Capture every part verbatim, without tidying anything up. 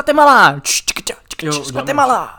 Guatemala! Čš, čš, čš, čš, čš, Guatemala!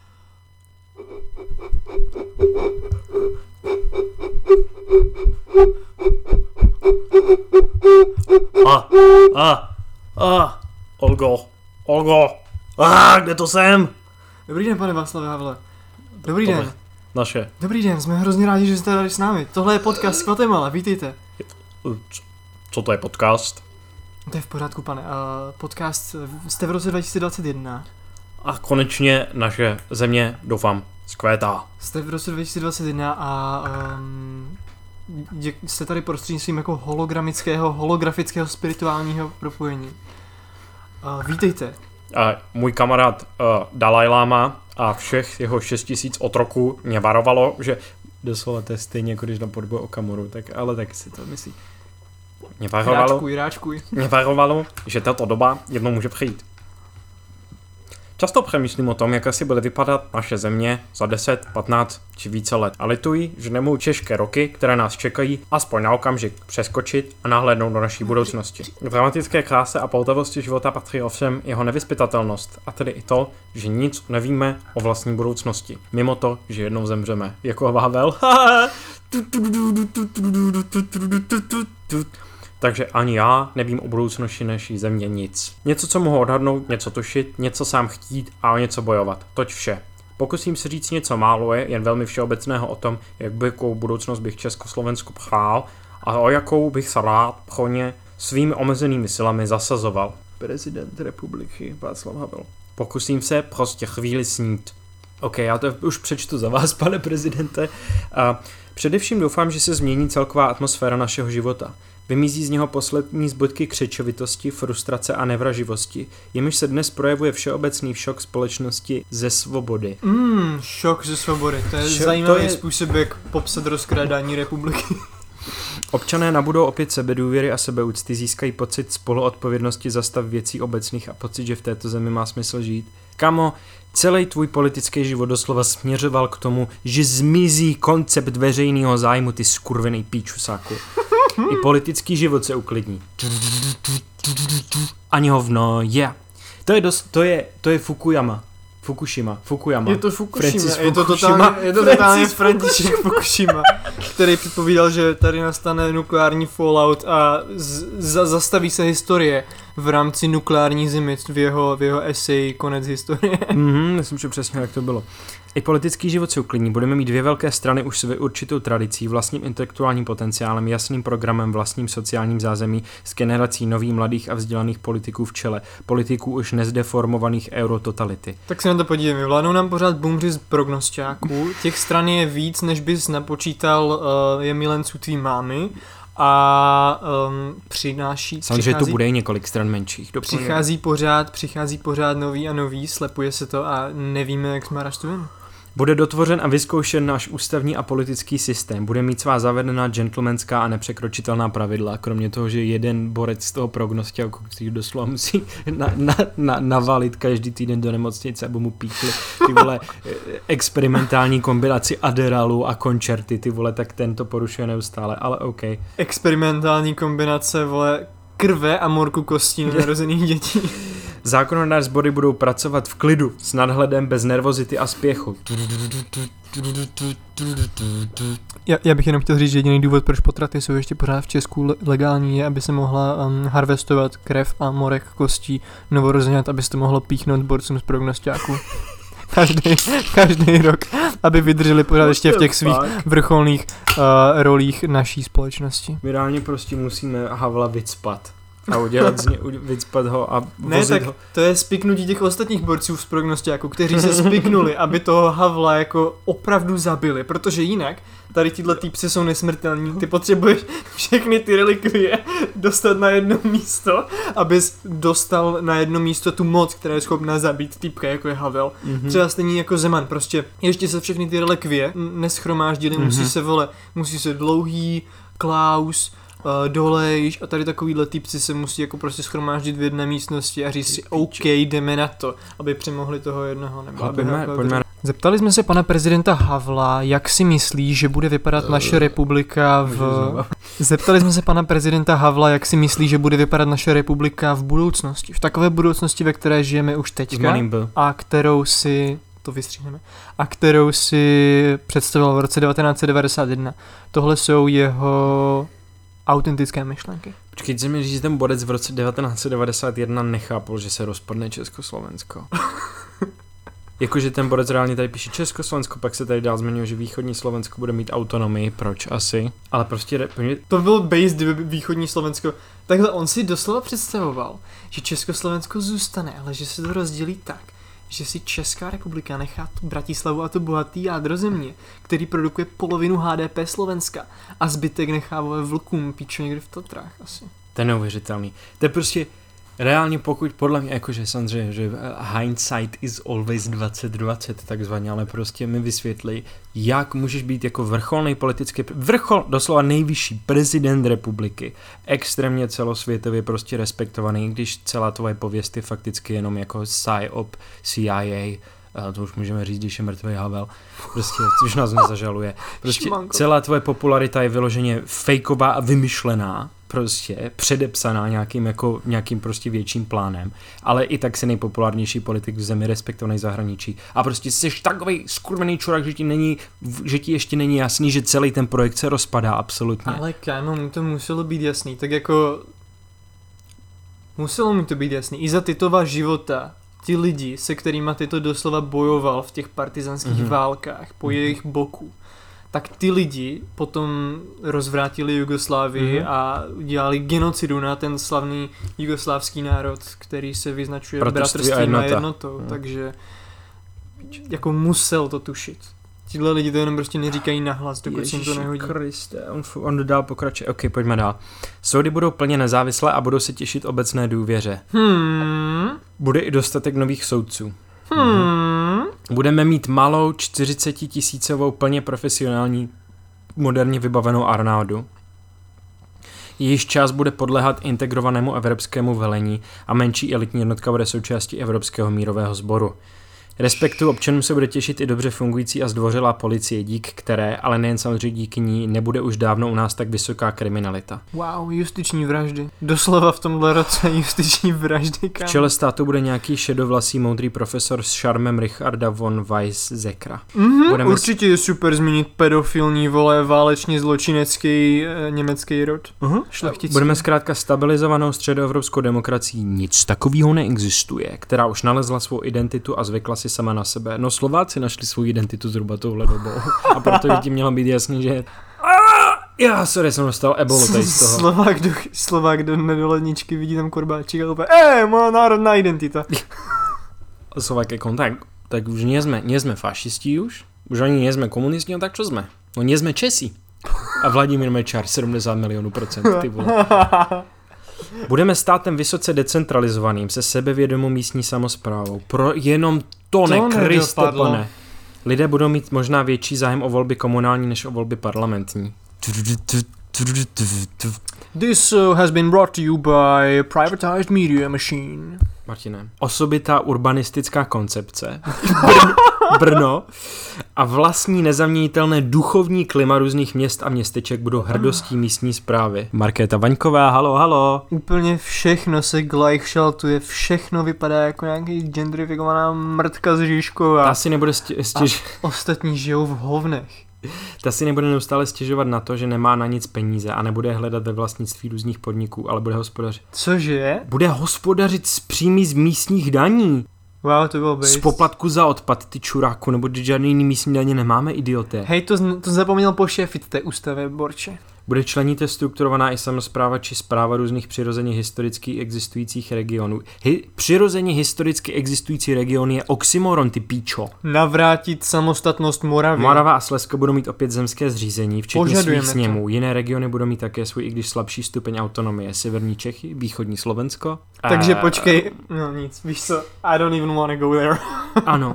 A, a, a, Olgo, Olgo, a, kde to jsem? Dobrý den, pane Václave Havle. Dobrý Tohle, den. Naše. Dobrý den, jsme hrozně rádi, že jste tady s námi. Tohle je podcast z Guatemala, vítejte. Co to je podcast? To je v pořádku, pane. Uh, podcast, jste v roce dva tisíce dvacet jedna. A konečně naše země, doufám, zkvétá. Jste v roce dva tisíce dvacet jedna a um, dě, jste tady prostřednictvím jako hologramického, holografického spirituálního propojení. Uh, vítejte. A můj kamarád uh, Dalaj Lama a všech jeho šest tisíc otroků mě varovalo, že doslova to je stejně, jako když na podboju Okamoru, tak, ale tak si to myslí. Mě varovalo, Ráčkuj, ráčkuj. mě varovalo, že tato doba jednou může přijít. Často přemýšlím o tom, jak asi bude vypadat naše země za deset, patnáct či více let. A lituji, že nemohu těžké roky, které nás čekají, aspoň na okamžik přeskočit a nahlédnout do naší budoucnosti. K dramatické kráse a poutavosti života patří ovšem jeho nevyzpytatelnost, a tedy i to, že nic nevíme o vlastní budoucnosti. Mimo to, že jednou zemřeme. Jako Vável. Takže ani já nevím o budoucnosti naší země nic. Něco, co mohu odhadnout, něco tušit, něco sám chtít a o něco bojovat. Toť vše. Pokusím se říct něco málo je, jen velmi všeobecného o tom, jak by jakou budoucnost bych Československu přál a o jakou bych se rád pro ně svými omezenými silami zasazoval. Prezident republiky Václav Havel. Pokusím se prostě chvíli snít. Ok, já to už přečtu za vás, pane prezidente. A především doufám, že se změní celková atmosféra našeho života. Vymizí z něho poslední zbytky křečovitosti, frustrace a nevraživosti, jimiž se dnes projevuje všeobecný šok společnosti ze svobody. Mmm, šok ze svobody, to je Šo- zajímavý to je... způsob, jak popsat rozkrádání republiky. Občané nabudou opět sebedůvěry a sebeúcty, získají pocit spoluodpovědnosti za stav věcí obecných a pocit, že v této zemi má smysl žít. Kamo, celý tvůj politický život doslova směřoval k tomu, že zmizí koncept veřejného zájmu, ty skurvený píčusáku. I politický život se uklidní. Ani hovno, je. Yeah. To je dost, to je, to je Fukuyama. Fukushima, Fukuyama. Je to Fukushima, Francis je to Fukushima. totálně, je to totálně František Fukushima, který předpovídal, že tady nastane nukleární fallout a z, za, zastaví se historie v rámci nukleární zimy v jeho, v jeho eseji Konec historie. Mhm, myslím, že přesně jak to bylo. I politický život se uklidní. Budeme mít dvě velké strany už s určitou tradicí, vlastním intelektuálním potenciálem, jasným programem, vlastním sociálním zázemí s generací nových mladých a vzdělaných politiků v čele. Politiků už nezdeformovaných eurototality. Tak se na to podívejme. Vládnou nám pořád bumři z prognosťáků. Těch stran je víc, než bys napočítal uh, je milenců tvý mámy. A um, přináší... Samozřejmě tu bude i několik stran menších. Doplně. Přichází pořád, přichází pořád nový a nový, slepuje se to a nevíme, jak jsme rastujeme. Bude dotvořen a vyzkoušen náš ústavní a politický systém. Bude mít svá zavedená gentlemanská a nepřekročitelná pravidla, kromě toho, že jeden borec z toho prognosťáku, který doslova musí na, na, na, navalit každý týden do nemocnice, aby mu píchli ty vole experimentální kombinaci Aderalu a končerty, ty vole, tak ten to porušuje neustále, ale OK. Experimentální kombinace, vole, krve a morku kostí narozených dětí. Zákonodárné sbory budou pracovat v klidu, s nadhledem, bez nervozity a spěchu. Já, já bych jenom chtěl říct, že jediný důvod, proč potraty jsou ještě pořád v Česku legální, je, aby se mohla um, harvestovat krev a morek kostí novorozenat, aby se to mohlo píchnout borcům z prognosťáků. Každý, každý rok, aby vydrželi pořád ještě v těch svých vrcholných uh, rolích naší společnosti. My reálně prostě musíme Havla vycpat. A udělat z ně, vycpat ho a vozit ne, tak ho. To je spiknutí těch ostatních borců z prognosťáku, kteří se spiknuli, aby toho Havla jako opravdu zabili, protože jinak tady tyhle týpci jsou nesmrtelní, ty potřebuješ všechny ty relikvie dostat na jedno místo, abys dostal na jedno místo tu moc, která je schopná zabít týpka, jako je Havel. Mm-hmm. Třeba stejný jako Zeman, prostě ještě se všechny ty relikvie neschromáždily, mm-hmm. musí se vole, musí se Dlouhý, Klaus, Uh, Dolejš a tady takovýhle týpci se musí jako prostě schromáždit v jedné místnosti a říct si OK, jdeme na to, aby přemohli toho jednoho nebo aby pojďme, jako pojďme. Zeptali jsme se pana prezidenta Havla, jak si myslí, že bude vypadat naše republika v... Zeptali jsme se pana prezidenta Havla, jak si myslí, že bude vypadat naše republika v budoucnosti. V takové budoucnosti, ve které žijeme už teďka a kterou si... to vystříhneme. A kterou si představil v roce devatenáct set devadesát jedna. Tohle jsou jeho autentické myšlenky. Počkejte, že mi říct, že ten bodec v roce devatenáct set devadesát jedna nechápal, že se rozpadne Československo. Jakože ten bodec reálně tady píše Československo, pak se tady dál zmiňuje, že východní Slovensko bude mít autonomii, proč asi? Ale prostě... To byl base, kdyby východní Slovensko... Takhle on si doslova představoval, že Československo zůstane, ale že se to rozdělí tak, že si Česká republika nechá tu Bratislavu a to bohatý jádro země, který produkuje polovinu H D P Slovenska a zbytek nechá ve vlkům píču někde v Tatrách asi. To je neuvěřitelný. To je prostě reálně, pokud podle mě, jakože samozřejmě, že hindsight is always dvacet dvacet takzvaně, ale prostě mi vysvětlí, jak můžeš být jako vrcholný politický, vrchol, doslova nejvyšší prezident republiky, extrémně celosvětově prostě respektovaný, když celá tvoje pověst je fakticky jenom jako psyop, C I A, a to už můžeme říct, když je mrtvý Havel, prostě, což nás nezažaluje. Prostě celá tvoje popularita je vyloženě fejková a vymyšlená, prostě předepsaná nějakým jako nějakým prostě větším plánem, ale i tak si nejpopulárnější politik v zemi, respektovaný zahraničí. A prostě jsi takovej skurvený čurák, že ti není, že ti ještě není jasný, že celý ten projekt se rozpadá absolutně. Ale kámo, mu to muselo být jasný, tak jako muselo mi to být jasný. I za Titova života ti lidi, se kterými Tito doslova bojoval v těch partizanských mm-hmm. válkách po mm-hmm. jejich boku, tak ty lidi potom rozvrátili Jugoslávii mm-hmm. a udělali genocidu na ten slavný jugoslávský národ, který se vyznačuje bratrstvím a jednotou, mm. takže jako musel to tušit. Tihle lidi to jenom prostě neříkají nahlas, dokud se jim to nehodí. Kriste, on, on dál pokračuje. Ok, pojďme dál. Soudy budou plně nezávislé a budou se těšit obecné důvěře. Hmm. Bude i dostatek nových soudců. Hmm. Budeme mít malou čtyřicetitisícovou plně profesionální moderně vybavenou armádu. Jejíž část bude podléhat integrovanému evropskému velení a menší elitní jednotka bude součástí Evropského mírového sboru. Respektu občanům se bude těšit i dobře fungující a zdvořilá policie, dík které, ale nejen samozřejmě díky ní, nebude už dávno u nás tak vysoká kriminalita. Wow, justiční vraždy. Doslova v tomhle roce justiční vraždy, kam. V čele státu bude nějaký šedovlasý moudrý profesor s šarmem Richarda von Weizsäckera. Mm-hmm, Budeme určitě je super zmínit pedofilní, vole, válečně zločinecký e, německý rod. Uh-huh. Šlechtický. Budeme zkrátka stabilizovanou středoevropskou demokracií. Nic takového neexistuje, která už nalezla svou identitu a zvykla si sama na sebe. No Slováci našli svou identitu zhruba touhle dobou. A proto by ti mělo být jasný, že... Já, sorry, jsem dostal ebolu tady z toho. Slovák do, Slovák do nedoledničky vidí tam korbáček a úplně, ej, má národná identita. Slovák je kontakt. Tak už nie sme, nie sme fašisti už. Už ani nie sme komunisti, no tak čo sme? No nie sme Česi. A Vladimír Mečar, sedmdesát milionů procent, ty vole. Budeme státem vysoce decentralizovaným, se sebevědomou místní samosprávou. Pro jenom to ne, Kriste pane. Lidé budou mít možná větší zájem o volby komunální než o volby parlamentní. This uh, has been brought to you by privatized media machine. Martine. Osobitá urbanistická koncepce. Brno, Brno a vlastní nezaměnitelné duchovní klima různých měst a městeček budou hrdostí místní správy. Markéta Vaňková, halo, halo. Úplně všechno se gleichschaltuje, všechno vypadá jako nějaký gentrifikovaná mrtka z Žižkova. Ta si nebude stě- stěž... ostatní žijou v hovnech. Ta si nebude neustále stěžovat na to, že nemá na nic peníze a nebude hledat ve vlastnictví různých podniků, ale bude hospodařit. Cože? Bude hospodařit s příjmy z místních daní. Wow, to bylo base. Z poplatku za odpad, ty čuráku, nebo žádný jiný místní daně nemáme, idioté. Hej, to, to zapomněl pošéfit té ústavě, Borče. Bude členitě strukturovaná i samospráva či správa různých přirozeně historicky existujících regionů. Hi, přirozeně historicky existující region je oxymoron, ty píčo. Navrátit samostatnost Moravy. Morava a Slezsko budou mít opět zemské zřízení, včetně svých sněmů. Jiné regiony budou mít také svůj, i když slabší stupeň autonomie. Severní Čechy, východní Slovensko. Takže a... počkej, no nic, víš co, I don't even wanna go there. Ano.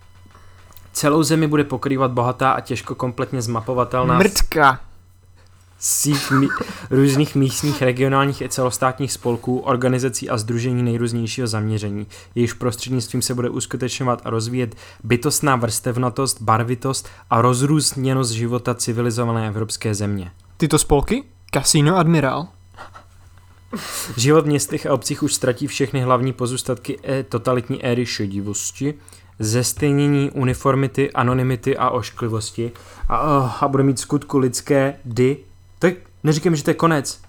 Celou zemi bude pokrývat bohatá a těžko kompletně zmapovatelná... Mrtka. síť mi- různých místních, regionálních i celostátních spolků, organizací a sdružení nejrůznějšího zaměření. Jejichž prostřednictvím se bude uskutečňovat a rozvíjet bytostná vrstevnatost, barvitost a rozrůzněnost života civilizované evropské země. Tyto spolky? Casino Admiral. Život v městech a obcích už ztratí všechny hlavní pozůstatky e- totalitní éry šedivosti, zestejnění, uniformity, anonymity a ošklivosti a, oh, a bude mít skutku lidské dy. Tak neříkám, že to je konec.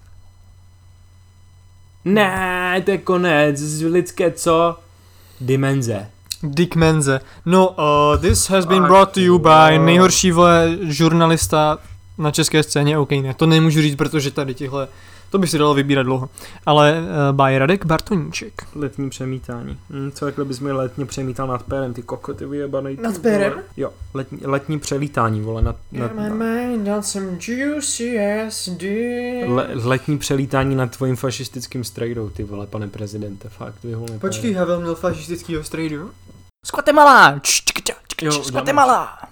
Ne, to je konec. Lidské co? Dimenze. Dick Menze. No, uh, this has been brought to you by nejhorší vole žurnalista na české scéně. OK, ne, to nemůžu říct, protože tady tihle, to by si dalo vybírat dlouho. Ale uh, by Radek Bartoníček. Letní přemítání. Hm, co jakhle bys mi letně přemítal nad pérem, ty kokoty vyjebanej. Nad pérem? Jo, letní, letní přelítání, vole, nad, nad, my mind on some juicy ass dick. le, letní přelítání nad tvojím fašistickým strejdou, ty vole, pane prezidente, fakt, vyhulný. Počkej, Havel měl fašistickýho strejdu? Z Guatemala! Jo, Z Guatemala!